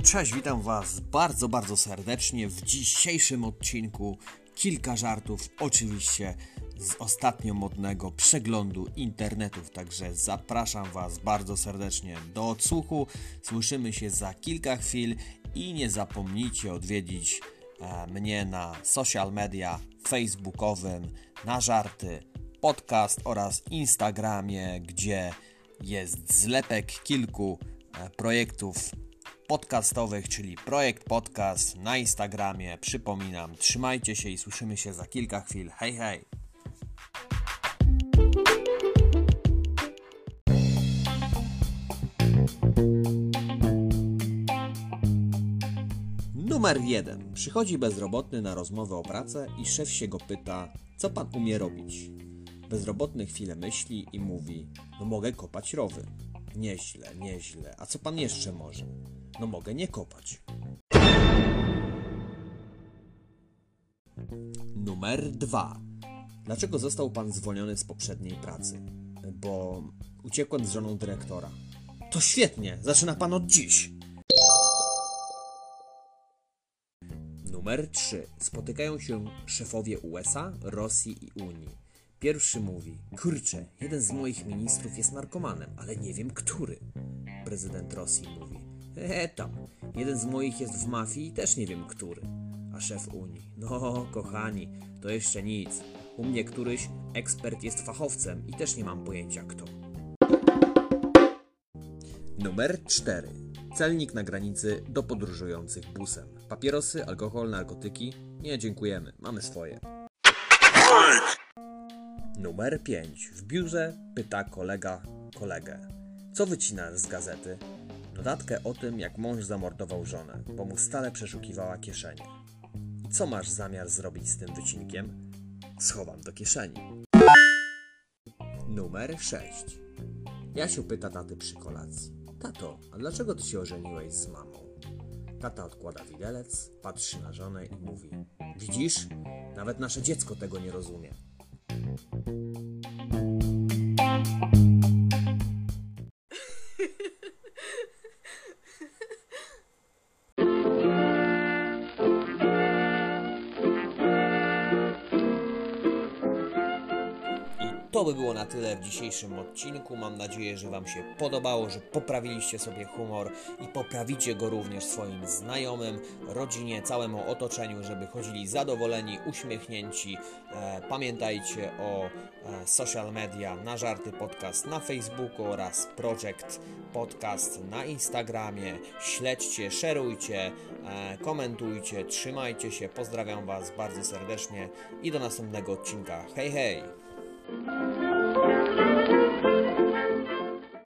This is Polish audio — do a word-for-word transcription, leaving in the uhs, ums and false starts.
Cześć, witam Was bardzo, bardzo serdecznie. W dzisiejszym odcinku kilka żartów, oczywiście z ostatnio modnego przeglądu internetów, także zapraszam Was bardzo serdecznie do odsłuchu. Słyszymy się za kilka chwil i nie zapomnijcie odwiedzić e, mnie na social media facebookowym, na żarty, podcast oraz Instagramie, gdzie jest zlepek kilku e, projektów podcastowych, czyli Projekt Podcast na Instagramie. Przypominam, trzymajcie się i słyszymy się za kilka chwil. Hej, hej! Numer jeden. Przychodzi bezrobotny na rozmowę o pracę i szef się go pyta, co pan umie robić? Bezrobotny chwilę myśli i mówi, no mogę kopać rowy. Nieźle, nieźle. A co pan jeszcze może? No mogę nie kopać. Numer dwa. Dlaczego został pan zwolniony z poprzedniej pracy? Bo uciekłem z żoną dyrektora. To świetnie, zaczyna pan od dziś. Numer trzy. Spotykają się szefowie U S A, Rosji i Unii. Pierwszy mówi, kurczę, jeden z moich ministrów jest narkomanem, ale nie wiem który. Prezydent Rosji mówi, e tam, jeden z moich jest w mafii i też nie wiem który. A szef Unii, no kochani, to jeszcze nic. U mnie któryś ekspert jest fachowcem i też nie mam pojęcia kto. Numer cztery. Celnik na granicy do podróżujących busem. Papierosy, alkohol, narkotyki? Nie, dziękujemy, mamy swoje. Numer pięć. W biurze pyta kolega kolegę. Co wycinasz z gazety? Notatkę o tym, jak mąż zamordował żonę, bo mu stale przeszukiwała kieszenie. I co masz zamiar zrobić z tym wycinkiem? Schowam do kieszeni. Numer sześć. Jasiu pyta taty przy kolacji. Tato, a dlaczego ty się ożeniłeś z mamą? Tata odkłada widelec, patrzy na żonę i mówi. Widzisz? Nawet nasze dziecko tego nie rozumie. To by było na tyle w dzisiejszym odcinku. Mam nadzieję, że Wam się podobało, że poprawiliście sobie humor i poprawicie go również swoim znajomym, rodzinie, całemu otoczeniu, żeby chodzili zadowoleni, uśmiechnięci. E, pamiętajcie o e, social media na żarty podcast na Facebooku oraz Projekt Podcast na Instagramie. Śledźcie, szerujcie, e, komentujcie, trzymajcie się. Pozdrawiam Was bardzo serdecznie i do następnego odcinka. Hej, hej!